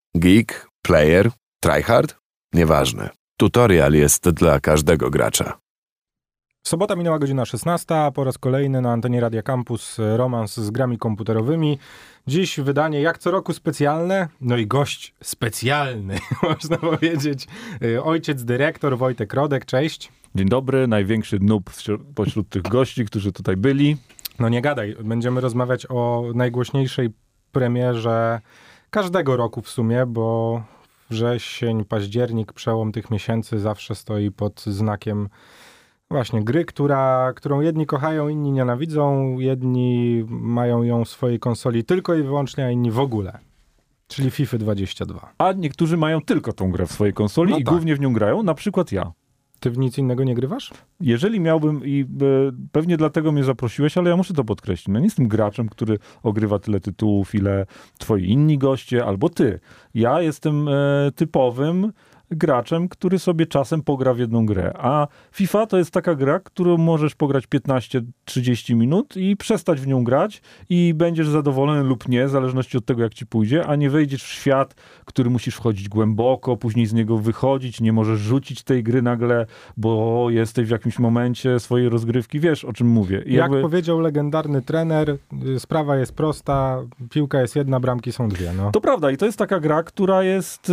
Geek, player, tryhard? Nieważne. Tutorial jest dla każdego gracza. Sobota minęła godzina 16, po raz kolejny na antenie Radia Campus romans z grami komputerowymi. Dziś wydanie jak co roku specjalne, no i gość specjalny, można powiedzieć. Ojciec dyrektor Wojtek Rodek, cześć. Dzień dobry, największy noob pośród tych gości, którzy tutaj byli. No nie gadaj, będziemy rozmawiać o najgłośniejszej premierze każdego roku w sumie, bo wrzesień, październik, przełom tych miesięcy zawsze stoi pod znakiem właśnie gry, którą jedni kochają, inni nienawidzą, jedni mają ją w swojej konsoli tylko i wyłącznie, a inni w ogóle. Czyli FIFA 22. A niektórzy mają tylko tą grę w swojej konsoli i głównie w nią grają, na przykład ja. Ty w nic innego nie grywasz? Jeżeli miałbym, i pewnie dlatego mnie zaprosiłeś, ale ja muszę to podkreślić, no nie jestem graczem, który ogrywa tyle tytułów, ile twoi inni goście, albo ty. Ja jestem typowym graczem, który sobie czasem pogra w jedną grę. A FIFA to jest taka gra, którą możesz pograć 15-30 minut i przestać w nią grać i będziesz zadowolony lub nie, w zależności od tego, jak ci pójdzie, a nie wejdziesz w świat, który musisz wchodzić głęboko, później z niego wychodzić, nie możesz rzucić tej gry nagle, bo jesteś w jakimś momencie swojej rozgrywki. Wiesz, o czym mówię. Jak powiedział legendarny trener, sprawa jest prosta, piłka jest jedna, bramki są dwie. No. To prawda i to jest taka gra, która jest...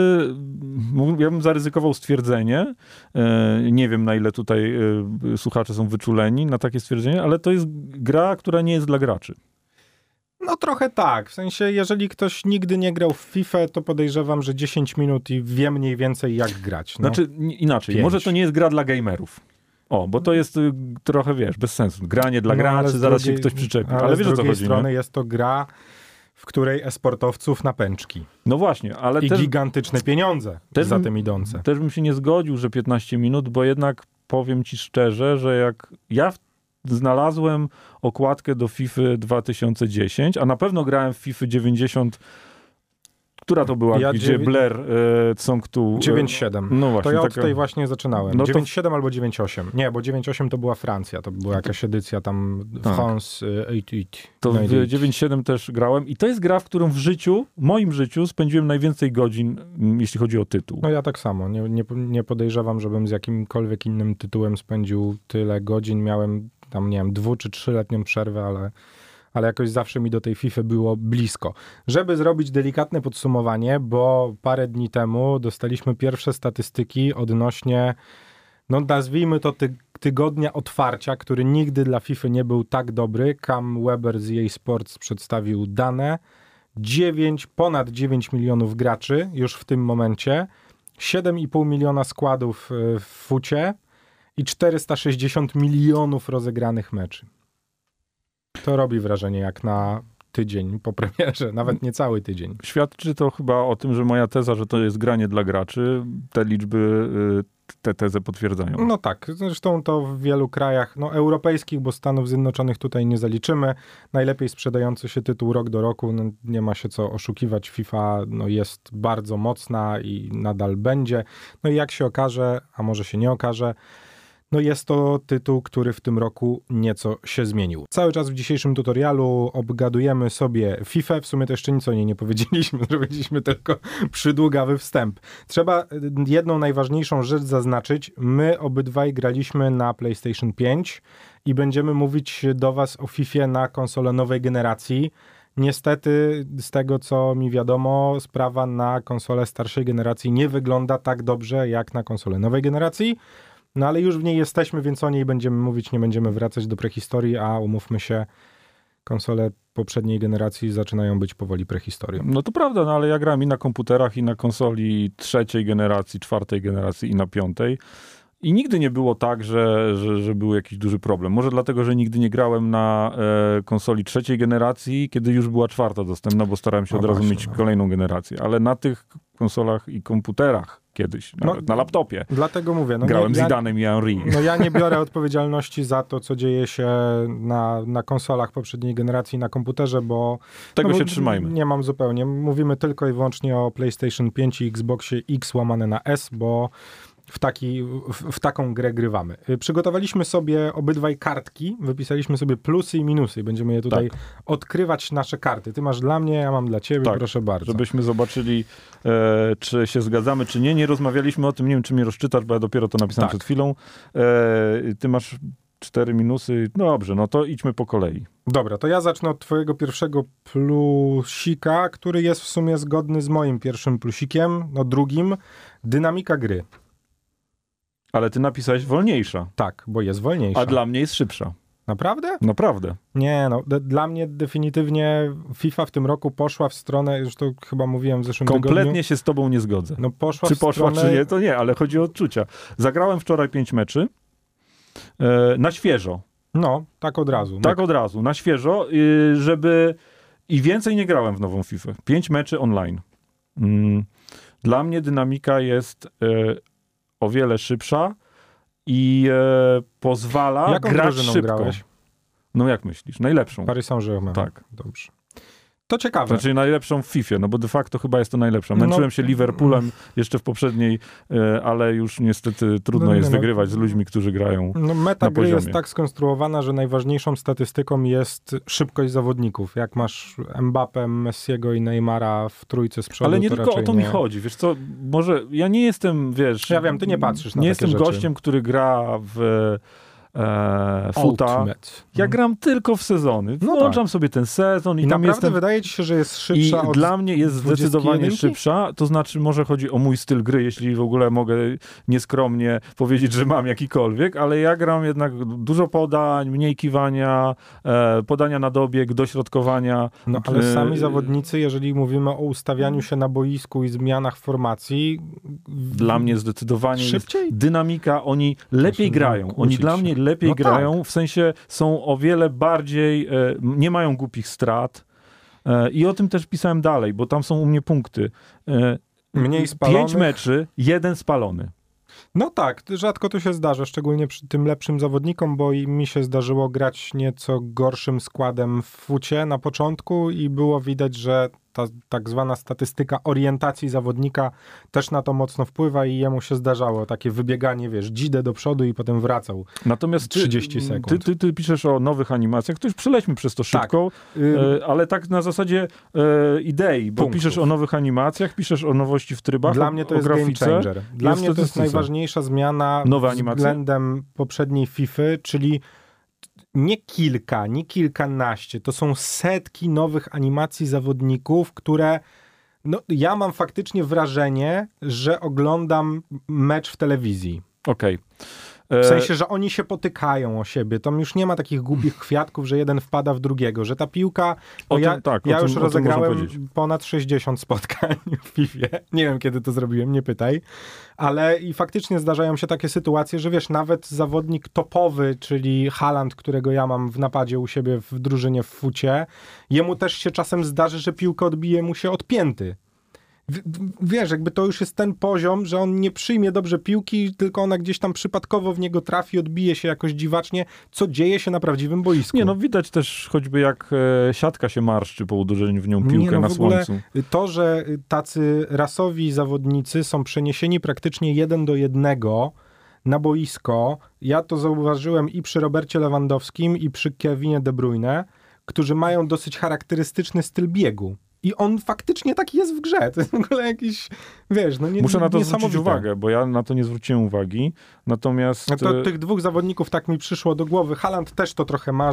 Ja bym zaryzykował stwierdzenie, nie wiem na ile tutaj słuchacze są wyczuleni na takie stwierdzenie, ale to jest gra, która nie jest dla graczy. No trochę tak, w sensie jeżeli ktoś nigdy nie grał w FIFA, to podejrzewam, że 10 minut i wie mniej więcej jak grać. No. Znaczy inaczej, 5. Może to nie jest gra dla gamerów. Bo to jest trochę, bez sensu. Granie dla graczy, zaraz się ktoś przyczepi. Ale wiesz o co chodzi. Z drugiej strony jest to gra, w której esportowców na pęczki. No właśnie, ale i gigantyczne pieniądze za tym idące. Też bym się nie zgodził, że 15 minut, bo jednak powiem ci szczerze, że jak ja znalazłem okładkę do FIFA 2010, a na pewno grałem w FIFA 90, która to była, gdzie Blair Song 2... 9.7. No właśnie. To ja od tej właśnie zaczynałem. No 9.7 albo 9.8. Nie, bo 9.8 to była Francja, to była jakaś edycja tam France 8.8. To w 9.7 też grałem i to jest gra, w którą w moim życiu spędziłem najwięcej godzin, jeśli chodzi o tytuł. No ja tak samo. Nie podejrzewam, żebym z jakimkolwiek innym tytułem spędził tyle godzin. Miałem tam, nie wiem, 2- czy 3-letnią przerwę, ale jakoś zawsze mi do tej FIFA było blisko. Żeby zrobić delikatne podsumowanie, bo parę dni temu dostaliśmy pierwsze statystyki odnośnie, no nazwijmy to tygodnia otwarcia, który nigdy dla FIFA nie był tak dobry. Cam Weber z EA Sports przedstawił dane. Ponad 9 milionów graczy już w tym momencie, 7,5 miliona składów w fucie i 460 milionów rozegranych meczy. To robi wrażenie jak na tydzień po premierze, nawet nie cały tydzień. Świadczy to chyba o tym, że moja teza, że to jest granie dla graczy, te liczby tę tezę potwierdzają. No tak, zresztą to w wielu krajach europejskich, bo Stanów Zjednoczonych tutaj nie zaliczymy. Najlepiej sprzedający się tytuł rok do roku, nie ma się co oszukiwać. FIFA jest bardzo mocna i nadal będzie. No i jak się okaże, a może się nie okaże, jest to tytuł, który w tym roku nieco się zmienił. Cały czas w dzisiejszym tutorialu obgadujemy sobie FIFA. W sumie to jeszcze nic o niej nie powiedzieliśmy. Zrobiliśmy tylko przydługawy wstęp. Trzeba jedną najważniejszą rzecz zaznaczyć. My obydwaj graliśmy na PlayStation 5 i będziemy mówić do was o FIFA na konsolę nowej generacji. Niestety, z tego co mi wiadomo, sprawa na konsolę starszej generacji nie wygląda tak dobrze jak na konsolę nowej generacji. No ale już w niej jesteśmy, więc o niej będziemy mówić, nie będziemy wracać do prehistorii, a umówmy się, konsole poprzedniej generacji zaczynają być powoli prehistorią. No to prawda, ale ja gram i na komputerach, i na konsoli trzeciej generacji, czwartej generacji i na piątej. I nigdy nie było tak, że był jakiś duży problem. Może dlatego, że nigdy nie grałem na konsoli trzeciej generacji, kiedy już była czwarta dostępna, bo starałem się od razu mieć kolejną generację. Ale na tych konsolach i komputerach kiedyś, nawet na laptopie. Dlatego mówię. Grałem z Zidanem i Henry. No ja nie biorę odpowiedzialności za to, co dzieje się na konsolach poprzedniej generacji, na komputerze, bo... Tego się trzymajmy. Nie mam zupełnie. Mówimy tylko i wyłącznie o PlayStation 5 i Xboxie X łamane na S, bo w taką grę grywamy. Przygotowaliśmy sobie obydwaj kartki, wypisaliśmy sobie plusy i minusy. Będziemy je tutaj odkrywać, nasze karty. Ty masz dla mnie, ja mam dla ciebie, proszę bardzo. Żebyśmy zobaczyli, czy się zgadzamy, czy nie. Nie rozmawialiśmy o tym, nie wiem, czy mnie rozczytasz, bo ja dopiero to napisałem przed chwilą. Ty masz 4 minusy. No dobrze, no to idźmy po kolei. Dobra, to ja zacznę od twojego pierwszego plusika, który jest w sumie zgodny z moim pierwszym plusikiem, no drugim. Dynamika gry. Ale ty napisałeś wolniejsza. Tak, bo jest wolniejsza. A dla mnie jest szybsza. Naprawdę? Naprawdę. Nie, no dla mnie definitywnie FIFA w tym roku poszła w stronę, już to chyba mówiłem w zeszłym tygodniu. Kompletnie się z tobą nie zgodzę. No poszła czy w poszła, stronę... czy nie, to nie, ale chodzi o odczucia. Zagrałem wczoraj 5 meczy na świeżo. No, tak od razu. Tak od razu, na świeżo, żeby... I więcej nie grałem w nową FIFA. 5 meczy online. Dla mnie dynamika jest o wiele szybsza i pozwala Jaką grać drużyną szybko. grałeś? No jak myślisz? Najlepszą. Paris Saint-Germain. Tak. Dobrze. To ciekawe. Znaczy najlepszą w FIFA, no bo de facto chyba jest to najlepsza. Męczyłem się Liverpoolem jeszcze w poprzedniej, ale już niestety trudno jest wygrywać z ludźmi, którzy grają meta na poziomie. gry jest tak skonstruowana, że najważniejszą statystyką jest szybkość zawodników. Jak masz Mbappé, Messiego i Neymara w trójce z przodu, ale nie to tylko o to mi nie. chodzi. Wiesz co, może ja nie jestem, wiesz... Ja wiem, ty nie patrzysz na nie takie jestem rzeczy. gościem, który gra w futa. Ja gram tylko w sezony. Włączam sobie ten sezon i tam naprawdę jestem... wydaje ci się, że jest szybsza I od dla mnie jest zdecydowanie 21? szybsza, to znaczy może chodzi o mój styl gry, jeśli w ogóle mogę nieskromnie powiedzieć, że mam jakikolwiek, ale ja gram jednak dużo podań, mniej kiwania, podania na dobieg, dośrodkowania. No ale sami zawodnicy, jeżeli mówimy o ustawianiu się na boisku i zmianach formacji... Dla mnie zdecydowanie szybciej? jest dynamika, oni lepiej grają. Oni dla mnie lepiej grają, w sensie są o wiele bardziej, nie mają głupich strat. I o tym też pisałem dalej, bo tam są u mnie punkty. Mniej spalonych. 5 meczy, 1 spalony. No tak, rzadko to się zdarza, szczególnie przy tym lepszym zawodnikom, bo i mi się zdarzyło grać nieco gorszym składem w fucie na początku i było widać, że ta tak zwana statystyka orientacji zawodnika też na to mocno wpływa i jemu się zdarzało takie wybieganie, wiesz, dzidę do przodu i potem wracał. Natomiast 30 sekund. Ty piszesz o nowych animacjach, to już przelećmy przez to szybko, ale tak na zasadzie idei, bo piszesz o nowych animacjach, piszesz o nowości w trybach, dla mnie to jest grafice, game changer. Dla mnie to jest najważniejsza zmiana względem poprzedniej FIFA, czyli nie kilka, nie kilkanaście, to są setki nowych animacji zawodników, które no, ja mam faktycznie wrażenie, że oglądam mecz w telewizji. Okej. W sensie, że oni się potykają o siebie. Tam już nie ma takich głupich kwiatków, że jeden wpada w drugiego, że ta piłka... No ja już rozegrałem ponad 60 spotkań w FIFA. Nie wiem, kiedy to zrobiłem, nie pytaj. Ale i faktycznie zdarzają się takie sytuacje, że wiesz, nawet zawodnik topowy, czyli Haaland, którego ja mam w napadzie u siebie w drużynie w fucie, jemu też się czasem zdarzy, że piłka odbije mu się od pięty. Wiesz, jakby to już jest ten poziom, że on nie przyjmie dobrze piłki, tylko ona gdzieś tam przypadkowo w niego trafi, odbije się jakoś dziwacznie, co dzieje się na prawdziwym boisku. Nie, no widać też choćby jak siatka się marszczy po uderzeniu w nią piłkę na słońcu. To, że tacy rasowi zawodnicy są przeniesieni praktycznie 1:1 na boisko, ja to zauważyłem i przy Robercie Lewandowskim, i przy Kevinie De Bruyne, którzy mają dosyć charakterystyczny styl biegu. I on faktycznie taki jest w grze. To jest w ogóle jakiś, wiesz, no nie. Muszę na to zwrócić uwagę, bo ja na to nie zwróciłem uwagi. Natomiast... No to tych dwóch zawodników tak mi przyszło do głowy. Haaland też to trochę ma,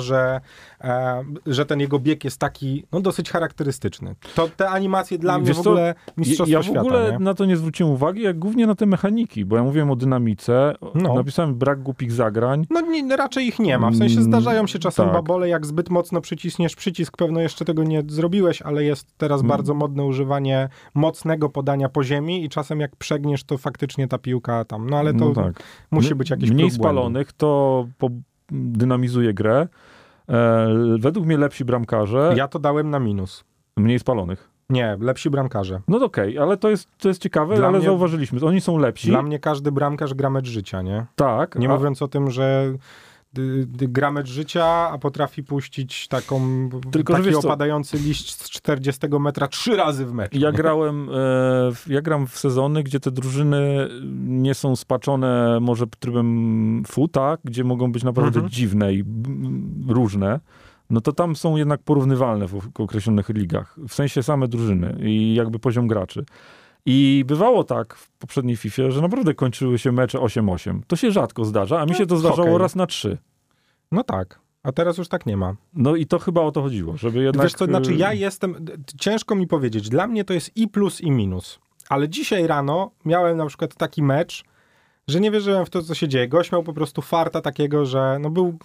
że ten jego bieg jest taki, no dosyć charakterystyczny. To te animacje dla mnie w ogóle mistrzostwo świata. Ja w ogóle na to nie zwróciłem uwagi, jak głównie na te mechaniki, bo ja mówiłem o dynamice, napisałem brak głupich zagrań. No raczej ich nie ma. W sensie zdarzają się czasem babole, jak zbyt mocno przyciśniesz przycisk, pewno jeszcze tego nie zrobiłeś, ale jest teraz bardzo modne używanie mocnego podania po ziemi i czasem jak przegniesz, to faktycznie ta piłka tam, no ale to musi być jakiś mniej próg spalonych, to dynamizuje grę. Według mnie lepsi bramkarze. Ja to dałem na minus. Mniej spalonych. Nie, lepsi bramkarze. No okej, ale to jest ciekawe, ale zauważyliśmy, oni są lepsi. Dla mnie każdy bramkarz gra mecz życia, nie? Tak. Nie mówiąc o tym, że gra mecz życia, a potrafi puścić Tylko, że taki wiesz co? opadający liść z 40 metra 3 razy w meczu. Ja gram w sezony, gdzie te drużyny nie są spaczone może trybem futa, gdzie mogą być naprawdę dziwne i różne. No to tam są jednak porównywalne w określonych ligach. W sensie same drużyny i jakby poziom graczy. I bywało tak w poprzedniej FIFA, że naprawdę kończyły się mecze 8-8. To się rzadko zdarza, a mi się to zdarzało hokej. raz na 3. No tak, a teraz już tak nie ma. No i to chyba o to chodziło, żeby jednak... Wiesz co, znaczy ciężko mi powiedzieć, dla mnie to jest i plus i minus. Ale dzisiaj rano miałem na przykład taki mecz, że nie wierzyłem w to, co się dzieje. Gość miał po prostu farta takiego, że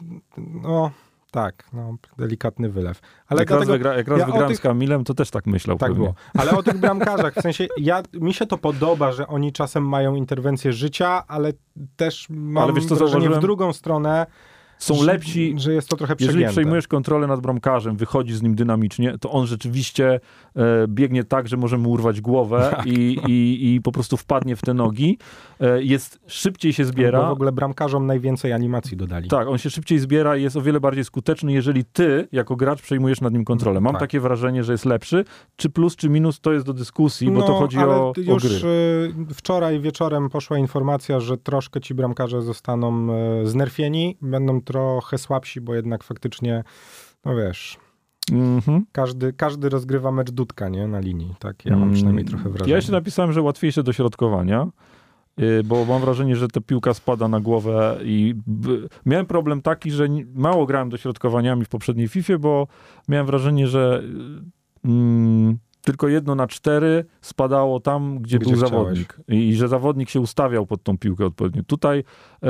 delikatny wylew. Ale jak raz wygrałem z Kamilem, to też tak myślał. Tak pewnie. było. Ale o tych bramkarzach, w sensie mi się to podoba, że oni czasem mają interwencję życia, ale też mam wrażenie w drugą stronę, są lepsi, że jest to trochę przegięte. Jeżeli przejmujesz kontrolę nad bramkarzem, wychodzi z nim dynamicznie, to on rzeczywiście biegnie tak, że może mu urwać głowę tak. i po prostu wpadnie w te nogi. Szybciej się zbiera. Bo w ogóle bramkarzom najwięcej animacji dodali. Tak, on się szybciej zbiera i jest o wiele bardziej skuteczny, jeżeli ty, jako gracz, przejmujesz nad nim kontrolę. Mam takie wrażenie, że jest lepszy. Czy plus, czy minus, to jest do dyskusji, bo to chodzi o gry. Już wczoraj wieczorem poszła informacja, że troszkę ci bramkarze zostaną znerfieni, będą trochę słabsi, bo jednak faktycznie, no wiesz, każdy rozgrywa mecz Dudka, nie? Na linii, tak? Ja mam przynajmniej trochę wrażenie. Ja jeszcze napisałem, że łatwiejsze dośrodkowania, bo mam wrażenie, że ta piłka spada na głowę i miałem problem taki, że mało grałem dośrodkowaniami w poprzedniej FIFA, bo miałem wrażenie, że tylko 1/4 spadało tam, gdzie był zawodnik. I że zawodnik się ustawiał pod tą piłkę odpowiednio. Tutaj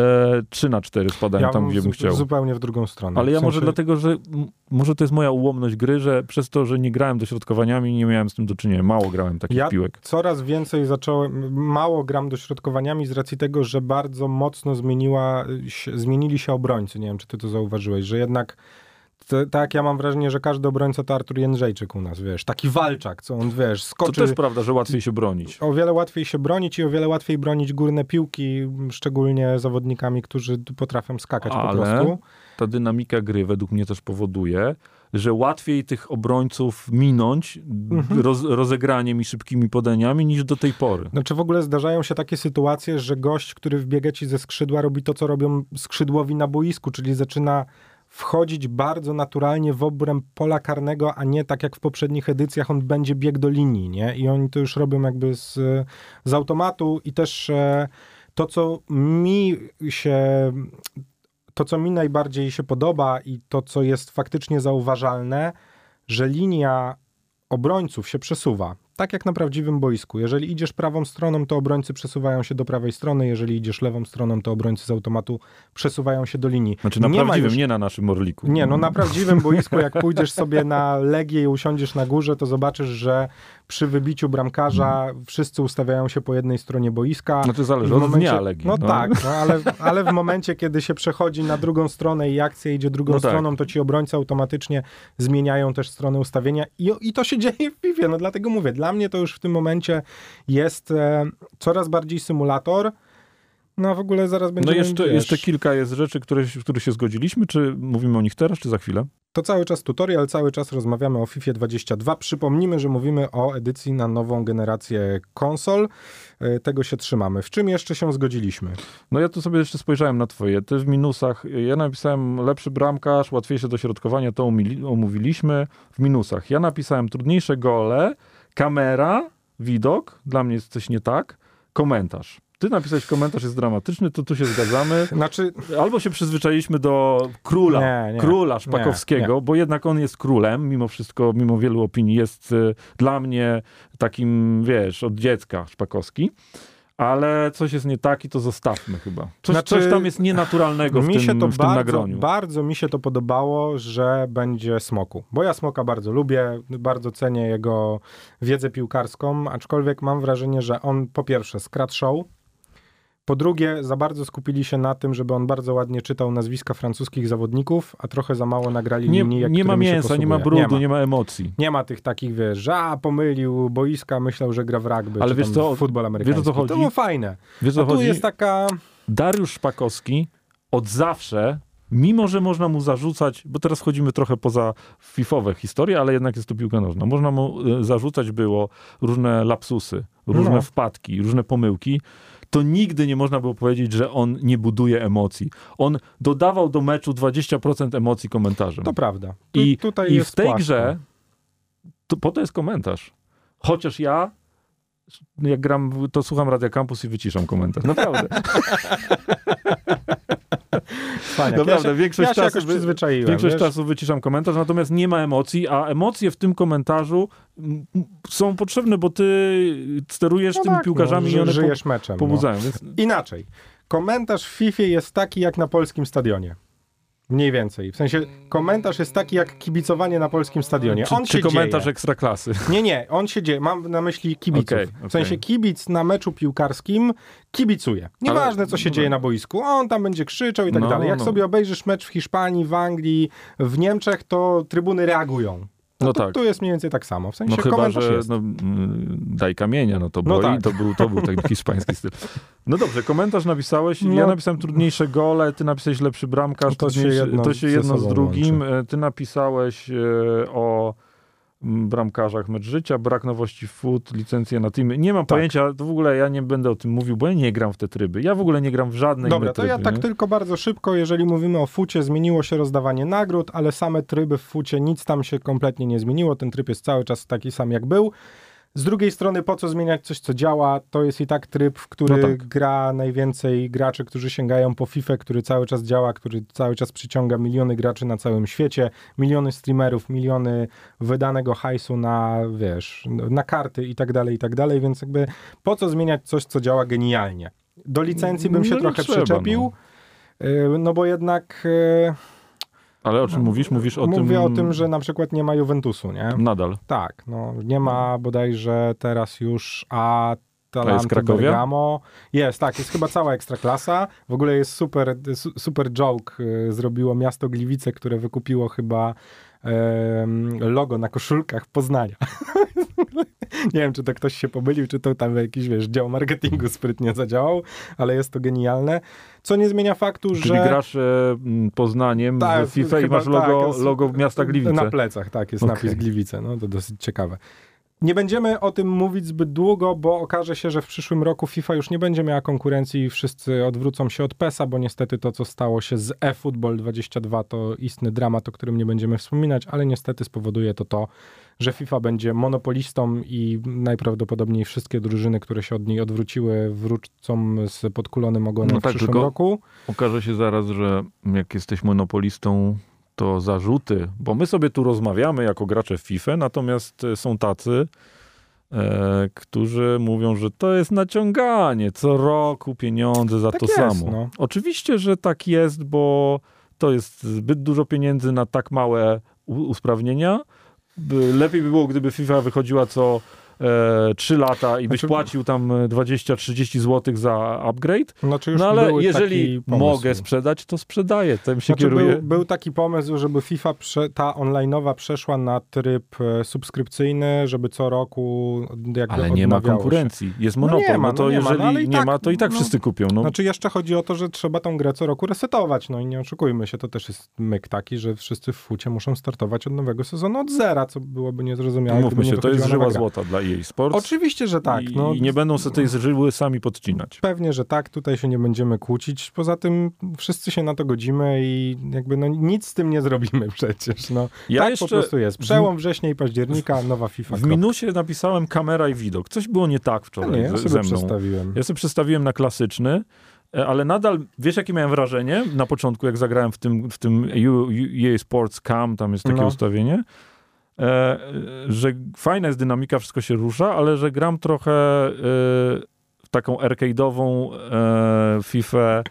3/4 spadają tam, gdzie bym chciał. Zupełnie w drugą stronę. Ale ja może dlatego, że może to jest moja ułomność gry, że przez to, że nie grałem dośrodkowaniami, nie miałem z tym do czynienia. Mało grałem takich piłek. Coraz więcej mało gram dośrodkowaniami z racji tego, że bardzo mocno zmienili się obrońcy. Nie wiem, czy ty to zauważyłeś, że jednak tak, ja mam wrażenie, że każdy obrońca to Artur Jędrzejczyk u nas, wiesz, taki walczak, co on, wiesz, skoczy. To też prawda, że łatwiej się bronić. O wiele łatwiej się bronić i o wiele łatwiej bronić górne piłki, szczególnie zawodnikami, którzy potrafią skakać po prostu. Ta dynamika gry według mnie też powoduje, że łatwiej tych obrońców minąć rozegraniem i szybkimi podaniami niż do tej pory. Znaczy w ogóle zdarzają się takie sytuacje, że gość, który wbiega ci ze skrzydła, robi to, co robią skrzydłowi na boisku, czyli zaczyna wchodzić bardzo naturalnie w obręb pola karnego, a nie tak jak w poprzednich edycjach on będzie biegł do linii, nie? I oni to już robią jakby z automatu i też to, co mi najbardziej się podoba i to, co jest faktycznie zauważalne, że linia obrońców się przesuwa. Tak jak na prawdziwym boisku. Jeżeli idziesz prawą stroną, to obrońcy przesuwają się do prawej strony. Jeżeli idziesz lewą stroną, to obrońcy z automatu przesuwają się do linii. Znaczy na prawdziwym, nie na naszym Orliku. Nie, no na prawdziwym boisku, jak pójdziesz sobie na Legię i usiądziesz na górze, to zobaczysz, że przy wybiciu bramkarza wszyscy ustawiają się po jednej stronie boiska. Znaczy zależy od dnia Legii. No tak, ale w momencie, kiedy się przechodzi na drugą stronę i akcja idzie drugą stroną, to ci obrońcy automatycznie zmieniają też stronę ustawienia i to się dzieje w FIFA. No dlatego mówię, dla mnie to już w tym momencie jest coraz bardziej symulator. No w ogóle zaraz będziemy... No jeszcze kilka jest rzeczy, które się zgodziliśmy, czy mówimy o nich teraz, czy za chwilę? To cały czas tutorial, cały czas rozmawiamy o FIFA 22. Przypomnijmy, że mówimy o edycji na nową generację konsol. Tego się trzymamy. W czym jeszcze się zgodziliśmy? No ja tu sobie jeszcze spojrzałem na twoje. Ty w minusach. Ja napisałem lepszy bramkarz, łatwiejsze dośrodkowanie, to omówiliśmy. W minusach. Ja napisałem trudniejsze gole, kamera, widok, dla mnie jest coś nie tak, komentarz. Ty napisałeś komentarz, jest dramatyczny, to tu się zgadzamy. Znaczy... Albo się przyzwyczailiśmy do króla Szpakowskiego, bo jednak on jest królem, mimo wszystko, mimo wielu opinii, jest dla mnie takim, wiesz, od dziecka Szpakowski. Ale coś jest nie tak i to zostawmy chyba. Coś tam jest nienaturalnego w tym nagraniu. Bardzo mi się to podobało, że będzie Smoku. Bo ja Smoka bardzo lubię, bardzo cenię jego wiedzę piłkarską, aczkolwiek mam wrażenie, że on po pierwsze skradł show, po drugie za bardzo skupili się na tym, żeby on bardzo ładnie czytał nazwiska francuskich zawodników, a trochę za mało nagrali linijek, nie ma mięsa, nie ma brudu, nie ma emocji. Nie ma tych takich, wiesz, że pomylił boiska, myślał, że gra w rugby, ale czy wiesz co, futbol amerykański. Wiesz, o co chodzi? To było fajne. Wiesz, a tu jest taka... Dariusz Szpakowski od zawsze Mimo, że można mu zarzucać, bo teraz chodzimy trochę poza fifowe historie, ale jednak jest to piłka nożna. Można mu zarzucać było różne lapsusy, różne wpadki, różne pomyłki. To nigdy nie można było powiedzieć, że on nie buduje emocji. On dodawał do meczu 20% emocji komentarzem. To prawda. I jest w tej płasko. grze po to jest komentarz. Chociaż ja, jak gram, to słucham Radia Campus i wyciszam komentarz. Naprawdę. Naprawdę, większość czasu wyciszam komentarz, natomiast nie ma emocji, a emocje w tym komentarzu są potrzebne, bo ty sterujesz tymi piłkarzami i one żyjesz meczem, pobudzają. No. Więc... Inaczej. Komentarz w FIFA jest taki jak na polskim stadionie. Mniej więcej. W sensie komentarz jest taki jak kibicowanie na polskim stadionie. Czy komentarz ekstraklasy? Nie. On się dzieje. Mam na myśli kibiców. Okay. W sensie kibic na meczu piłkarskim kibicuje. Nieważne, co się dzieje na boisku. On tam będzie krzyczał i tak dalej. Jak sobie obejrzysz mecz w Hiszpanii, w Anglii, w Niemczech, to trybuny reagują. Tak. Tu jest mniej więcej tak samo. W sensie chyba, komentarz że jest. daj kamienia, to boi. Tak. To był taki hiszpański styl. No dobrze, komentarz napisałeś. Ja napisałem trudniejsze gole, ty napisałeś lepszy bramkarz. To się jedno z drugim. Łączy. Ty napisałeś o bramkarzach mecz życia, brak nowości w FUT, licencje na teamy. Nie mam pojęcia, to w ogóle ja nie będę o tym mówił, bo ja nie gram w te tryby. Ja w ogóle nie gram w żadnej Dobra, tryby. To ja tak tylko bardzo szybko, jeżeli mówimy o FUcie, zmieniło się rozdawanie nagród, ale same tryby w FUcie, nic tam się kompletnie nie zmieniło. Ten tryb jest cały czas taki sam jak był. Z drugiej strony, po co zmieniać coś, co działa? To jest i tak tryb, w który gra najwięcej graczy, którzy sięgają po FIFA, który cały czas działa, który cały czas przyciąga miliony graczy na całym świecie, miliony streamerów, miliony wydanego hajsu na, na karty i tak dalej, więc jakby po co zmieniać coś, co działa genialnie? Do licencji bym się trochę przyczepił, no bo jednak... Ale o czym mówisz? Mówisz o tym... Mówię o tym, że na przykład nie ma Juventusu, nie? Nadal. Tak, nie ma bodajże teraz już Atalanta Bergamo. Jest chyba cała Ekstraklasa. W ogóle jest super joke zrobiło miasto Gliwice, które wykupiło chyba logo na koszulkach Poznania. Nie wiem, czy to ktoś się pomylił, czy to tam jakiś, dział marketingu sprytnie zadziałał, ale jest to genialne. Co nie zmienia faktu, że... Czyli grasz Poznaniem w FIFA i masz logo miasta Gliwice. Na plecach, jest napis Gliwice. To dosyć ciekawe. Nie będziemy o tym mówić zbyt długo, bo okaże się, że w przyszłym roku FIFA już nie będzie miała konkurencji i wszyscy odwrócą się od PES-a, bo niestety to, co stało się z eFootball 22, to istny dramat, o którym nie będziemy wspominać, ale niestety spowoduje to, że FIFA będzie monopolistą i najprawdopodobniej wszystkie drużyny, które się od niej odwróciły, wrócą z podkulonym ogonem w przyszłym roku. Okaże się zaraz, że jak jesteś monopolistą, to zarzuty, bo my sobie tu rozmawiamy jako gracze w FIFA, natomiast są tacy, którzy mówią, że to jest naciąganie, co roku pieniądze za to samo. Oczywiście, że tak jest, bo to jest zbyt dużo pieniędzy na tak małe usprawnienia. Lepiej by było, gdyby FIFA wychodziła co 3 lata i byś płacił tam 20-30 zł za upgrade. Ale jeżeli mogę sprzedać, to sprzedaję. Tym się kieruje. Był taki pomysł, żeby FIFA ta online'owa przeszła na tryb subskrypcyjny, żeby co roku ale nie ma konkurencji. Jest monopol. Jeżeli nie ma, to i tak wszyscy kupią. Jeszcze chodzi o to, że trzeba tą grę co roku resetować. I nie oszukujmy się, to też jest myk taki, że wszyscy w FUcie muszą startować od nowego sezonu od zera, co byłoby niezrozumiałe. Mówmy się, to jest żyła złota dla EA Sports. Oczywiście, że tak. I nie będą sobie tej żyły sami podcinać. Pewnie, że tak. Tutaj się nie będziemy kłócić. Poza tym wszyscy się na to godzimy i nic z tym nie zrobimy przecież. Po prostu jest. Przełom września i października, nowa FIFA. W minusie napisałem kamera i widok. Coś było nie tak wczoraj ja sobie przestawiłem. Ja sobie przestawiłem na klasyczny, ale nadal, wiesz jakie miałem wrażenie na początku, jak zagrałem w tym EA Sports Cam, tam jest takie ustawienie, że fajna jest dynamika, wszystko się rusza, ale że gram trochę w taką arcade'ową FIFA.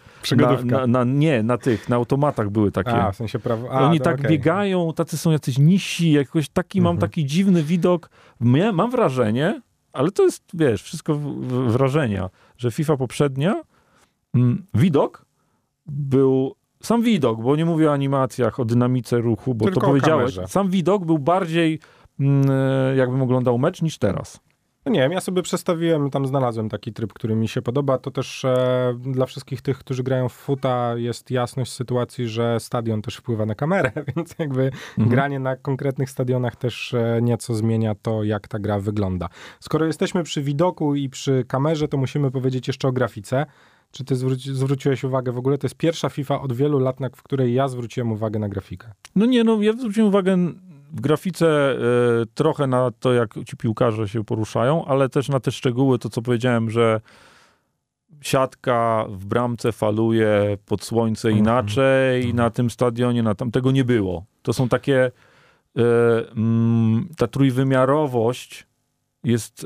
Na automatach były takie. W sensie Oni biegają, tacy są jacyś niżsi, jakoś taki mam taki dziwny widok. Mam wrażenie, ale to jest, wszystko wrażenia, że FIFA poprzednia, widok był sam widok, bo nie mówię o animacjach, o dynamice ruchu, bo tylko to powiedziałeś. Sam widok był bardziej jakbym oglądał mecz niż teraz. No nie wiem, ja sobie przestawiłem, tam znalazłem taki tryb, który mi się podoba. To też dla wszystkich tych, którzy grają w futa, jest jasność sytuacji, że stadion też wpływa na kamerę, więc jakby granie na konkretnych stadionach też nieco zmienia to, jak ta gra wygląda. Skoro jesteśmy przy widoku i przy kamerze, to musimy powiedzieć jeszcze o grafice. Czy ty zwróciłeś uwagę w ogóle? To jest pierwsza FIFA od wielu lat, w której ja zwróciłem uwagę na grafikę. Ja zwróciłem uwagę w grafice trochę na to, jak ci piłkarze się poruszają, ale też na te szczegóły, to co powiedziałem, że siatka w bramce faluje pod słońce inaczej, na tym stadionie, tego nie było. To są takie, ta trójwymiarowość jest,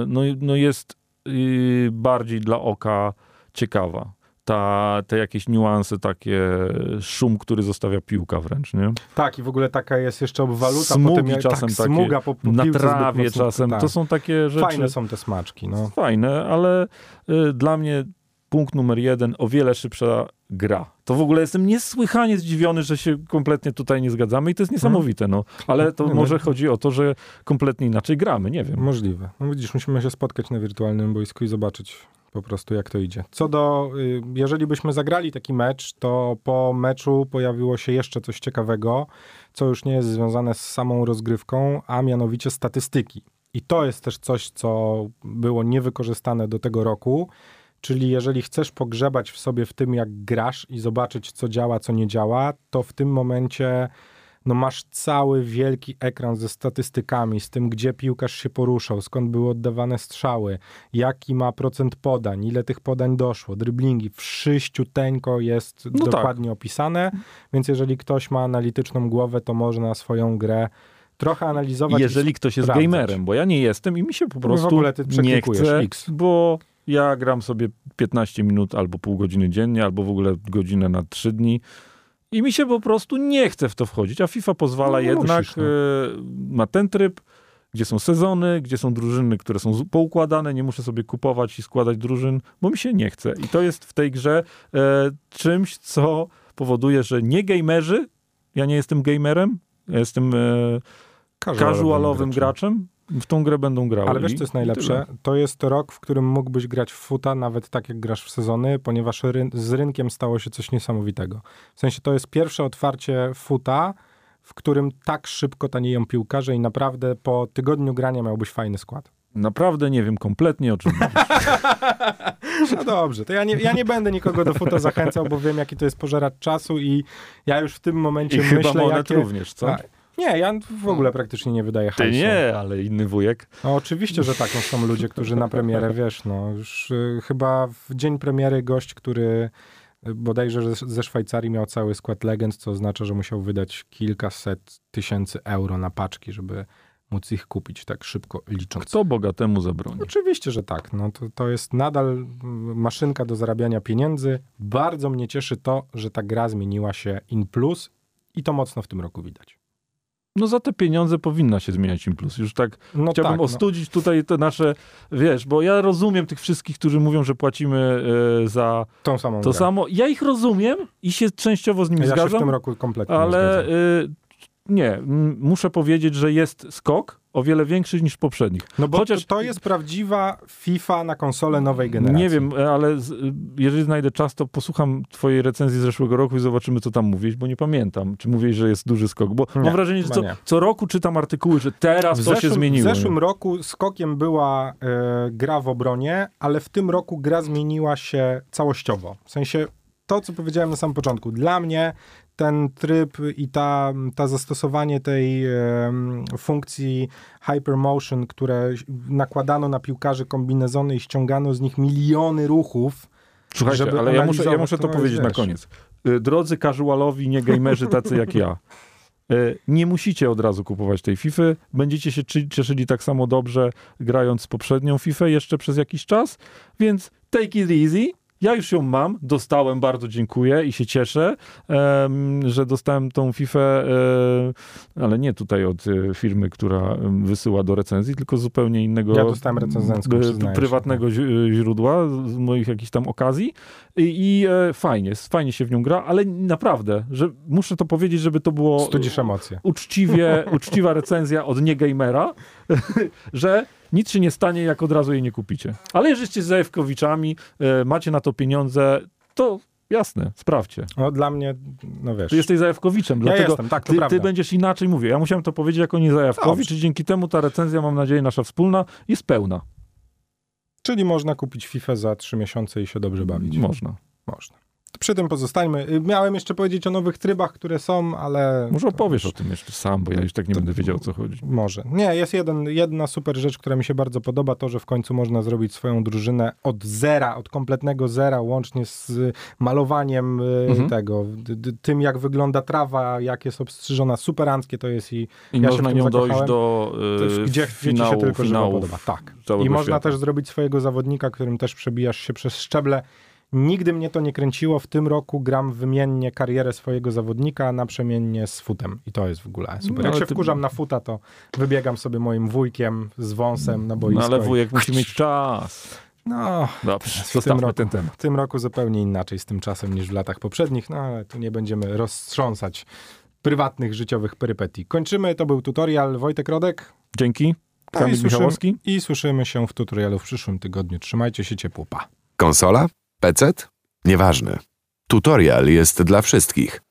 jest bardziej dla oka ciekawa. Te jakieś niuanse, takie szum, który zostawia piłka wręcz, nie? Tak, i w ogóle taka jest jeszcze obwaluta. Smugi potem, czasem tak, takie, smuga po na piłce trawie mocno, czasem. tak. To są takie rzeczy... Fajne są te smaczki, no. Fajne, ale dla mnie punkt numer 1, o wiele szybsza gra. To w ogóle jestem niesłychanie zdziwiony, że się kompletnie tutaj nie zgadzamy i to jest niesamowite, no. Ale to może chodzi o to, że kompletnie inaczej gramy, nie wiem. Możliwe. No widzisz, musimy się spotkać na wirtualnym boisku i zobaczyć po prostu, jak to idzie. Co do, jeżeli byśmy zagrali taki mecz, to po meczu pojawiło się jeszcze coś ciekawego, co już nie jest związane z samą rozgrywką, a mianowicie statystyki. I to jest też coś, co było niewykorzystane do tego roku, czyli jeżeli chcesz pogrzebać w sobie w tym, jak grasz i zobaczyć, co działa, co nie działa, to w tym momencie masz cały wielki ekran ze statystykami, z tym, gdzie piłkarz się poruszał, skąd były oddawane strzały, jaki ma procent podań, ile tych podań doszło, driblingi, wszyściuteńko jest dokładnie opisane, więc jeżeli ktoś ma analityczną głowę, to można swoją grę trochę analizować. Jeżeli ktoś jest gamerem, bo ja nie jestem i mi się po prostu w ogóle ty nie chce, bo ja gram sobie 15 minut albo pół godziny dziennie, albo w ogóle godzinę na 3 dni. I mi się po prostu nie chce w to wchodzić, a FIFA pozwala jednak, ma ten tryb, gdzie są sezony, gdzie są drużyny, które są poukładane, nie muszę sobie kupować i składać drużyn, bo mi się nie chce. I to jest w tej grze czymś, co powoduje, że nie gamerzy, ja nie jestem gamerem, ja jestem casualowym graczem, w tą grę będą grały. Ale wiesz, co jest najlepsze? To jest rok, w którym mógłbyś grać w futa, nawet tak jak grasz w sezony, ponieważ z rynkiem stało się coś niesamowitego. W sensie to jest pierwsze otwarcie futa, w którym tak szybko tanieją piłkarze i naprawdę po tygodniu grania miałbyś fajny skład. Naprawdę nie wiem kompletnie, o czym mówisz. No dobrze, to ja nie będę nikogo do futa zachęcał, bo wiem, jaki to jest pożeracz czasu i ja już w tym momencie I myślę, chyba Monet również, co? Nie, ja w ogóle praktycznie nie wydaję hajsu. Ty nie, ale inny wujek. No oczywiście, że tak. Są ludzie, którzy na premierę, wiesz, już chyba w dzień premiery gość, który bodajże ze Szwajcarii miał cały skład legend, co oznacza, że musiał wydać kilkaset tysięcy euro na paczki, żeby móc ich kupić tak szybko licząc. Kto bogatemu zabroni? Oczywiście, że tak. No to jest nadal maszynka do zarabiania pieniędzy. Bardzo mnie cieszy to, że ta gra zmieniła się in plus i to mocno w tym roku widać. No za te pieniądze powinna się zmieniać Implus. Już tak chciałbym ostudzić tutaj te nasze, wiesz, bo ja rozumiem tych wszystkich, którzy mówią, że płacimy za tą samą to grę. Samo. Ja ich rozumiem i się częściowo z nimi zgadzam. Ja się w tym roku kompletnie ale nie, muszę powiedzieć, że jest skok o wiele większy niż w poprzednich. No bo chociaż to jest prawdziwa FIFA na konsolę nowej generacji. Nie wiem, ale jeżeli znajdę czas, to posłucham twojej recenzji z zeszłego roku i zobaczymy, co tam mówisz, bo nie pamiętam, czy mówisz, że jest duży skok, bo mam wrażenie, że co roku czytam artykuły, że teraz to się zmieniło. W zeszłym roku skokiem była gra w obronie, ale w tym roku gra zmieniła się całościowo. W sensie to, co powiedziałem na samym początku. Dla mnie ten tryb i ta zastosowanie tej funkcji Hypermotion, które nakładano na piłkarzy kombinezony i ściągano z nich miliony ruchów. Słuchajcie, ale ja muszę to powiedzieć na koniec. Drodzy casualowi, nie gamerzy tacy jak ja, nie musicie od razu kupować tej FIFA. Będziecie się cieszyli tak samo dobrze grając poprzednią FIFA jeszcze przez jakiś czas, więc take it easy. Ja już ją mam, dostałem, bardzo dziękuję i się cieszę, że dostałem tą FIFA, ale nie tutaj od firmy, która wysyła do recenzji, tylko z zupełnie innego, ja dostałem recenzencką, prywatnego źródła, z moich jakichś tam okazji i fajnie się w nią gra, ale naprawdę, że muszę to powiedzieć, żeby to było studzisz emocje. uczciwa recenzja od nie-gamera, że nic się nie stanie, jak od razu jej nie kupicie. Ale jeżeli jesteście zajawkowiczami, macie na to pieniądze, to jasne, sprawdźcie. No dla mnie, no wiesz... Ty jesteś zajawkowiczem, dlatego jestem, tak, to ty prawda. będziesz inaczej mówił. Ja musiałem to powiedzieć jako niezajawkowicz i dzięki temu ta recenzja, mam nadzieję, nasza wspólna jest pełna. Czyli można kupić FIFA za 3 miesiące i się dobrze bawić. Można. Można. Przy tym pozostańmy. Miałem jeszcze powiedzieć o nowych trybach, które są, ale... Może opowiesz o tym jeszcze sam, bo ja już tak nie będę wiedział, o co chodzi. Może. Nie, jest jedna super rzecz, która mi się bardzo podoba, to, że w końcu można zrobić swoją drużynę od zera, od kompletnego zera, łącznie z malowaniem tego, tym jak wygląda trawa, jak jest obstrzyżona, superanckie to jest i ja można nią dojść do gdzie finału, ci się tylko finału podoba. Tak. I można świata. też zrobić swojego zawodnika, którym też przebijasz się przez szczeble. Nigdy mnie to nie kręciło. W tym roku gram wymiennie karierę swojego zawodnika naprzemiennie z futem. I to jest w ogóle super. Jak się wkurzam na futa, to wybiegam sobie moim wujkiem z wąsem na boisko. No ale wujek musi mieć czas. No, Dobrze, zostawmy ten temat. W tym roku zupełnie inaczej z tym czasem niż w latach poprzednich, no ale tu nie będziemy roztrząsać prywatnych, życiowych perypetii. Kończymy, to był tutorial. Wojtek Rodek. Dzięki. Kamil Michałowski. I słyszymy się w tutorialu w przyszłym tygodniu. Trzymajcie się ciepło, pa. Konsola? PC? Nieważne. Tutorial jest dla wszystkich.